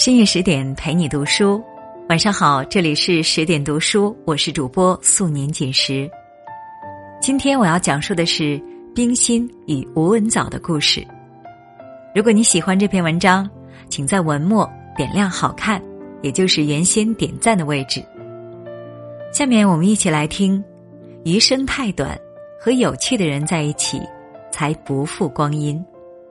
深夜10点陪你读书，晚上好，这里是10点读书，我是主播素年锦时。今天我要讲述的是冰心与吴文藻的故事。如果你喜欢这篇文章，请在文末点亮好看，也就是原先点赞的位置。下面我们一起来听，余生太短，和有趣的人在一起，才不负光阴。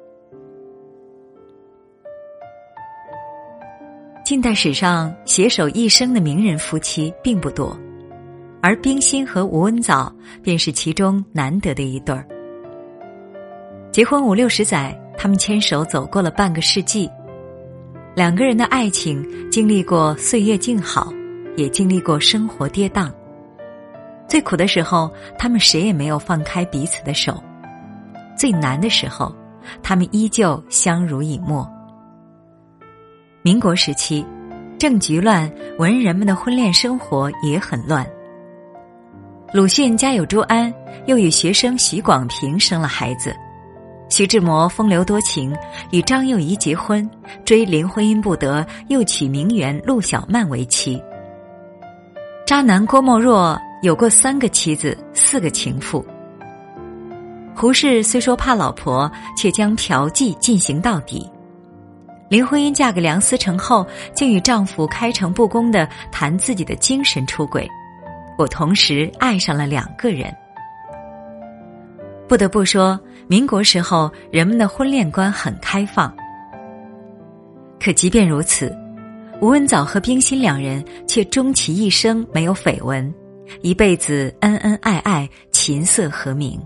近代史上携手一生的名人夫妻并不多，而冰心和吴文藻便是其中难得的一对儿。结婚50-60载，他们牵手走过了半个世纪，两个人的爱情经历过岁月静好，也经历过生活跌宕。最苦的时候，他们谁也没有放开彼此的手；最难的时候，他们依旧相濡以沫。民国时期，政局乱，文人们的婚恋生活也很乱。鲁迅家有朱安，又与学生许广平生了孩子。徐志摩风流多情，与张幼仪结婚，追林徽因不得，又娶名媛陆小曼为妻。渣男郭沫若有过3个妻子，4个情妇。胡适虽说怕老婆，却将嫖妓进行到底。林徽因嫁给梁思成后，竟与丈夫开诚布公地谈自己的精神出轨。我同时爱上了2个人。不得不说，民国时候人们的婚恋观很开放。可即便如此，吴文藻和冰心两人却终其一生没有绯闻，一辈子恩恩爱爱，琴瑟和鸣。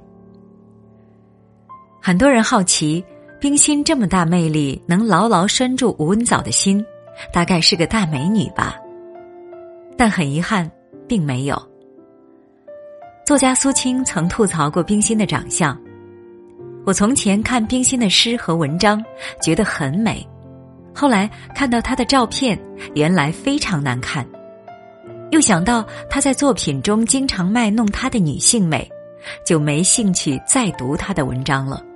很多人好奇，冰心这么大魅力，能牢牢拴住吴文藻的心，大概是个大美女吧。但很遗憾，并没有。作家苏青曾吐槽过冰心的长相。我从前看冰心的诗和文章，觉得很美，后来看到她的照片，原来非常难看。又想到她在作品中经常卖弄她的女性美，就没兴趣再读她的文章了。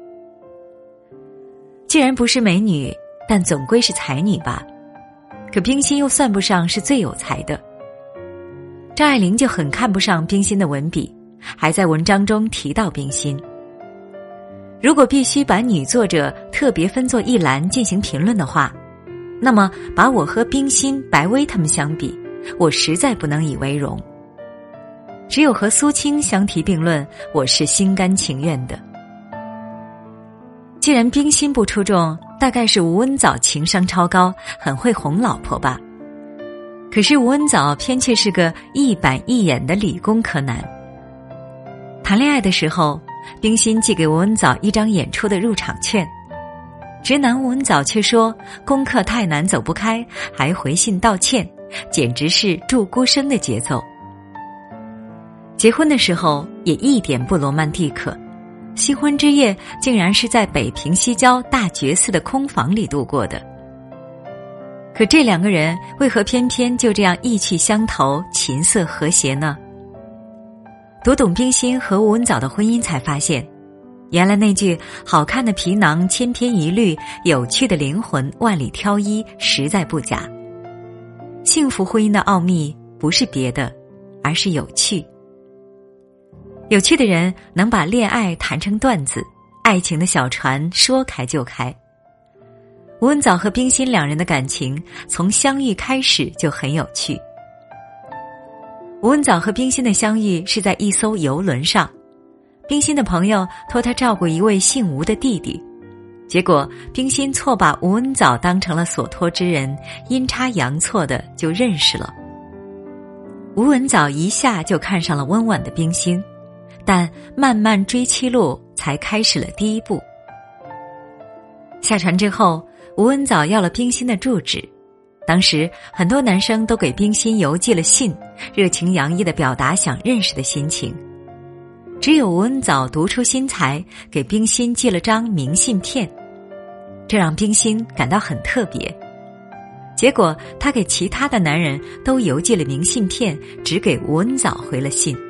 既然不是美女，但总归是才女吧。可冰心又算不上是最有才的。张爱玲就很看不上冰心的文笔，还在文章中提到冰心。如果必须把女作者特别分作一栏进行评论的话，那么把我和冰心、白薇他们相比，我实在不能以为荣。只有和苏青相提并论，我是心甘情愿的。既然冰心不出众，大概是吴文藻情商超高，很会哄老婆吧。可是吴文藻偏却是个一板一眼的理工科男。谈恋爱的时候，冰心寄给吴文藻一张演出的入场券，直男吴文藻却说功课太难走不开，还回信道歉，简直是祝孤生的节奏。结婚的时候也一点不罗曼蒂克，新婚之夜竟然是在北平西郊大觉寺的空房里度过的。可这2个人为何偏偏就这样意趣相投，琴瑟和谐呢？读懂冰心和吴文藻的婚姻，才发现原来那句好看的皮囊千篇一律，有趣的灵魂万里挑一实在不假。幸福婚姻的奥秘不是别的，而是有趣。有趣的人能把恋爱谈成段子，爱情的小船说开就开。吴文藻和冰心2人的感情从相遇开始就很有趣。吴文藻和冰心的相遇是在一艘游轮上，冰心的朋友托他照顾一位姓吴的弟弟，结果冰心错把吴文藻当成了所托之人，阴差阳错的就认识了。吴文藻一下就看上了温婉的冰心，但漫漫追妻路才开始了第一步。下船之后，吴文藻要了冰心的住址，当时很多男生都给冰心邮寄了信，热情洋溢地表达想认识的心情。只有吴文藻独出心裁，给冰心寄了张明信片，这让冰心感到很特别。结果他给其他的男人都邮寄了明信片，只给吴文藻回了信。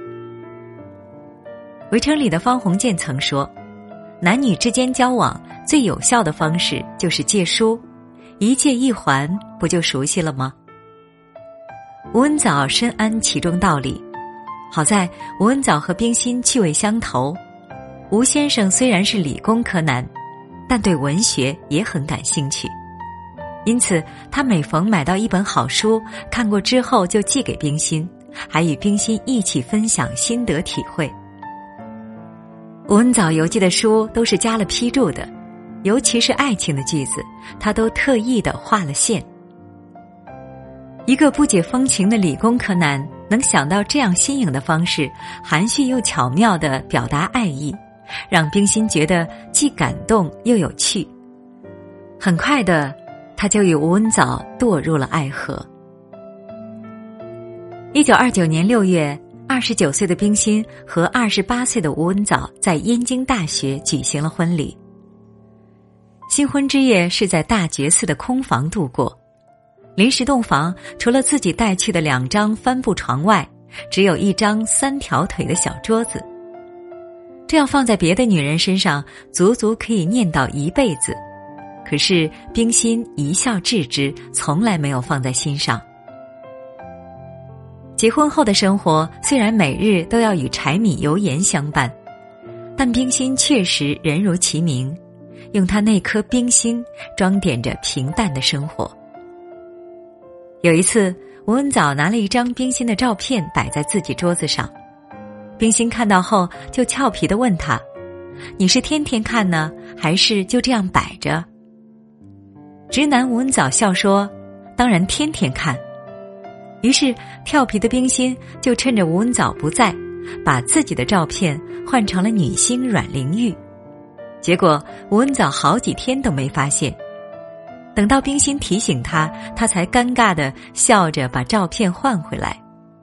围城里的方鸿渐曾说，男女之间交往最有效的方式就是借书， 一借一还，不就熟悉了吗？吴文藻深谙其中道理，好在吴文藻和冰心趣味相投。吴先生虽然是理工科男，但对文学也很感兴趣，因此他每逢买到一本好书，看过之后就寄给冰心，还与冰心一起分享心得体会。吴文藻邮寄的书都是加了批注的，尤其是爱情的句子，他都特意的画了线。一个不解风情的理工科男能想到这样新颖的方式，含蓄又巧妙地表达爱意，让冰心觉得既感动又有趣。很快的，他就与吴文藻堕入了爱河。1929年6月，29岁的冰心和28岁的吴文藻在燕京大学举行了婚礼。新婚之夜是在大觉寺的空房度过，临时洞房除了自己带去的2张帆布床外，只有一张3条腿的小桌子。这要放在别的女人身上，足足可以念叨一辈子，可是冰心一笑置之，从来没有放在心上。结婚后的生活虽然每日都要与柴米油盐相伴，但冰心确实人如其名，用她那颗冰心装点着平淡的生活。有一次，吴文藻拿了一张冰心的照片摆在自己桌子上，冰心看到后就俏皮地问他：“你是天天看呢，还是就这样摆着？”直男吴文藻笑说：“当然天天看。”于是调皮的冰心就趁着吴文藻不在，把自己的照片换成了女星阮玲玉。结果吴文藻好几天都没发现，等到冰心提醒他，他才尴尬地笑着把照片换回来。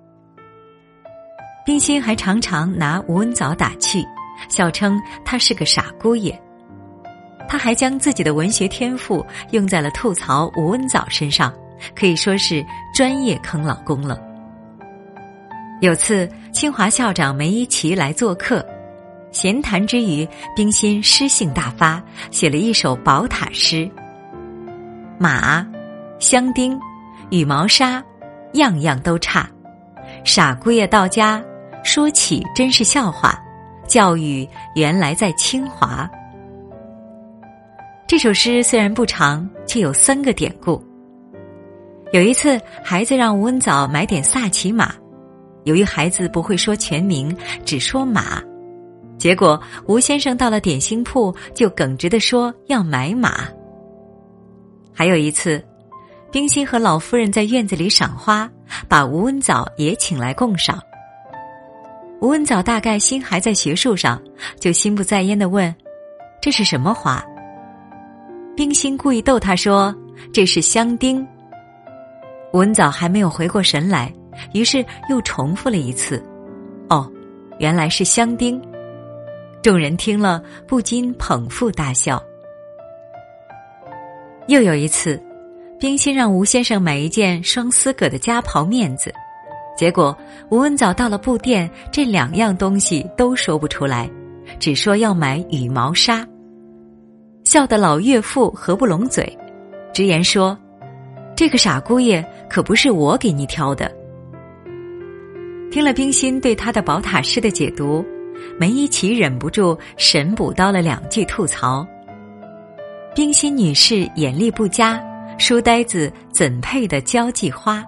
冰心还常常拿吴文藻打趣，笑称他是个傻姑爷。他还将自己的文学天赋用在了吐槽吴文藻身上，可以说是专业坑老公了。有次清华校长梅贻琦来做客，闲谈之余，冰心诗兴大发，写了一首宝塔诗：马、香丁、羽毛纱，样样都差。傻姑爷到家，说起真是笑话，教育原来在清华。这首诗虽然不长，却有3个典故。有一次，孩子让吴文藻买点萨其马，由于孩子不会说全名，只说马，结果吴先生到了点心铺，就耿直地说要买马。还有一次，冰心和老夫人在院子里赏花，把吴文藻也请来共赏。吴文藻大概心还在学术上，就心不在焉地问：“这是什么花？”冰心故意逗他说：“这是香丁。”吴文藻还没有回过神来，于是又重复了一次：“哦，原来是香丁。”众人听了不禁捧腹大笑。又有一次，冰心让吴先生买一件双丝葛的夹袍面子，结果吴文藻到了布店，这2样东西都说不出来，只说要买羽毛纱，笑得老岳父合不拢嘴，直言说：“这个傻姑爷可不是我给你挑的。”听了冰心对他的宝塔诗的解读，梅贻琦忍不住神补刀了2句吐槽：“冰心女士眼力不佳，书呆子怎配的交际花？”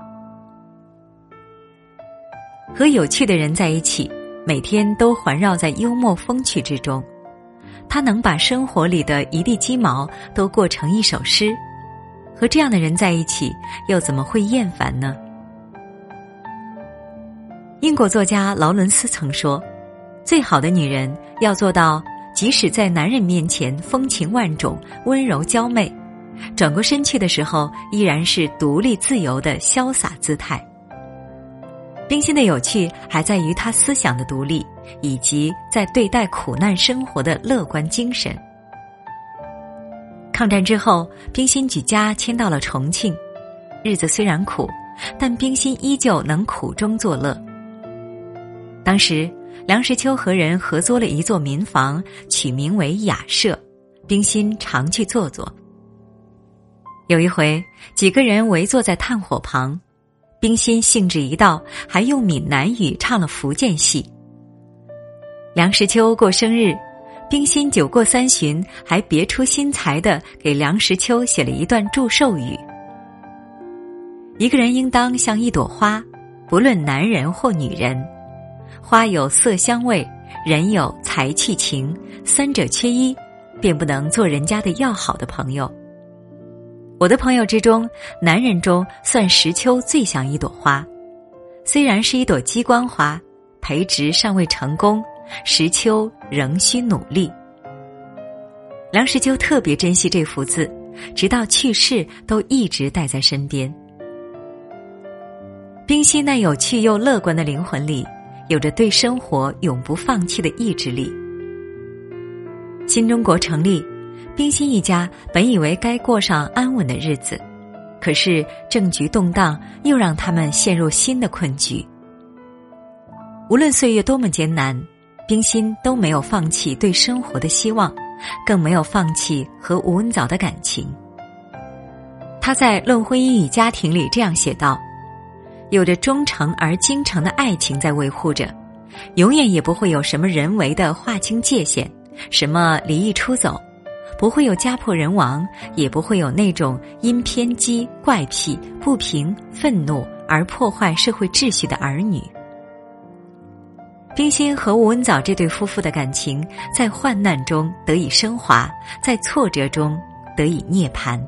和有趣的人在一起，每天都环绕在幽默风趣之中，他能把生活里的一地鸡毛都过成一首诗，和这样的人在一起，又怎么会厌烦呢？英国作家劳伦斯曾说，最好的女人要做到即使在男人面前风情万种，温柔娇媚，转过身去的时候依然是独立自由的潇洒姿态。冰心的有趣还在于她思想的独立，以及在对待苦难生活的乐观精神。抗战之后，冰心举家迁到了重庆，日子虽然苦，但冰心依旧能苦中作乐。当时梁实秋和人合租了一座民房，取名为雅舍，冰心常去坐坐。 有一回，几个人围坐在炭火旁，冰心兴致一到，还用闽南语唱了福建戏。梁实秋过生日，冰心酒过三巡，还别出心裁地给梁实秋写了一段祝寿语：一个人应当像一朵花，不论男人或女人，花有色香味，人有才气情，三者缺一，便不能做人家的要好的朋友。我的朋友之中，男人中算实秋最像一朵花，虽然是一朵鸡冠花，培植尚未成功，实秋仍需努力。梁实秋特别珍惜这幅字，直到去世都一直带在身边。冰心那有趣又乐观的灵魂里，有着对生活永不放弃的意志力。新中国成立，冰心一家本以为该过上安稳的日子，可是政局动荡又让他们陷入新的困局。无论岁月多么艰难，冰心都没有放弃对生活的希望，更没有放弃和吴文藻的感情。他在《论婚姻与家庭》里这样写道：有着忠诚而精诚的爱情在维护着，永远也不会有什么人为的划清界限，什么离异出走，不会有家破人亡，也不会有那种因偏激、怪癖、不平、愤怒而破坏社会秩序的儿女。冰心和吴文藻这对夫妇的感情在患难中得以升华，在挫折中得以涅槃。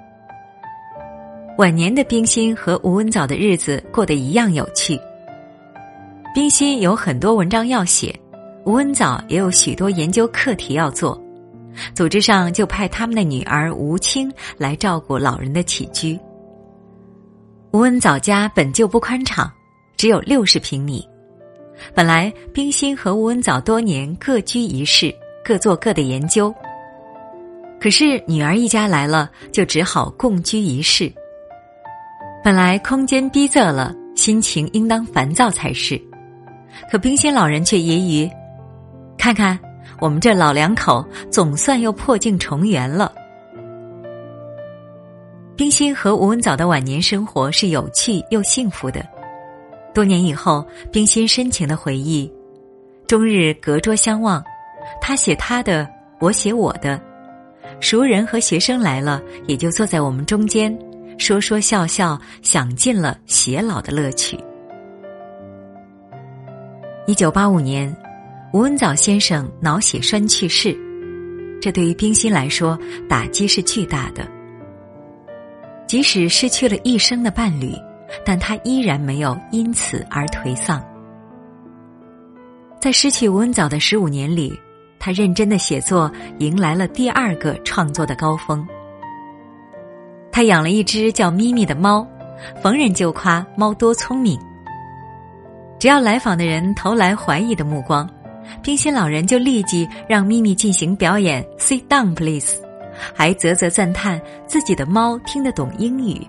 晚年的冰心和吴文藻的日子过得一样有趣。冰心有很多文章要写，吴文藻也有许多研究课题要做，组织上就派他们的女儿吴清来照顾老人的起居。吴文藻家本就不宽敞，只有60平米。本来冰心和吴文藻多年各居一室，各做各的研究，可是女儿一家来了，就只好共居一室。本来空间逼仄了，心情应当烦躁才是，可冰心老人却揶揄：看看我们这老两口总算又破镜重圆了。冰心和吴文藻的晚年生活是有趣又幸福的。多年以后，冰心深情地回忆，终日隔桌相望，他写他的，我写我的，熟人和学生来了，也就坐在我们中间，说说笑笑，享尽了偕老的乐趣。1985年，吴文藻先生脑血栓去世，这对于冰心来说打击是巨大的。即使失去了一生的伴侣，但他依然没有因此而颓丧。在失去吴文藻的15年里，他认真的写作迎来了第2个创作的高峰。他养了一只叫咪咪的猫，逢人就夸猫多聪明。只要来访的人投来怀疑的目光，冰心老人就立即让咪咪进行表演 Sit down please， 还啧啧赞叹自己的猫听得懂英语。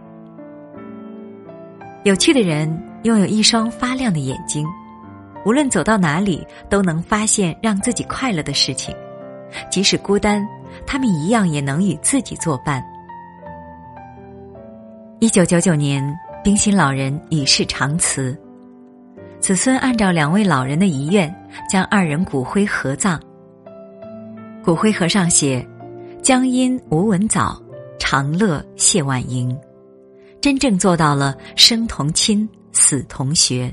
有趣的人拥有一双发亮的眼睛，无论走到哪里都能发现让自己快乐的事情，即使孤单，他们一样也能与自己作伴。1999年，冰心老人与世长辞，子孙按照2位老人的遗愿，将2人骨灰合葬。骨灰盒上写：江阴吴文藻，长乐谢婉莹，真正做到了生同亲，死同学。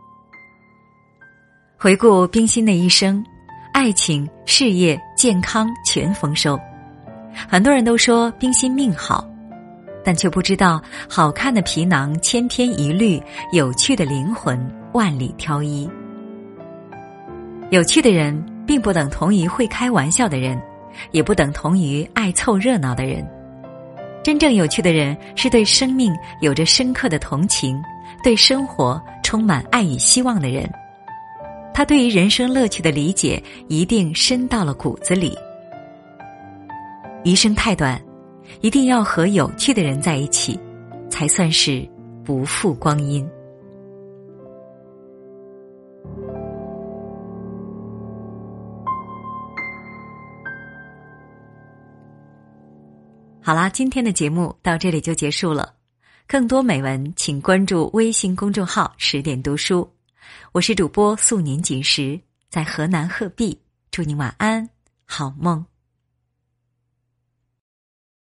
回顾冰心的一生，爱情、事业、健康全丰收。很多人都说冰心命好，但却不知道好看的皮囊千篇一律，有趣的灵魂万里挑一。有趣的人并不等同于会开玩笑的人，也不等同于爱凑热闹的人。真正有趣的人是对生命有着深刻的同情，对生活充满爱与希望的人。他对于人生乐趣的理解一定深到了骨子里。余生太短，一定要和有趣的人在一起，才算是不负光阴。 好啦，今天的节目到这里就结束了。更多美文请关注微信公众号10点读书。我是主播素年锦时，在河南鹤壁，祝您晚安，好梦。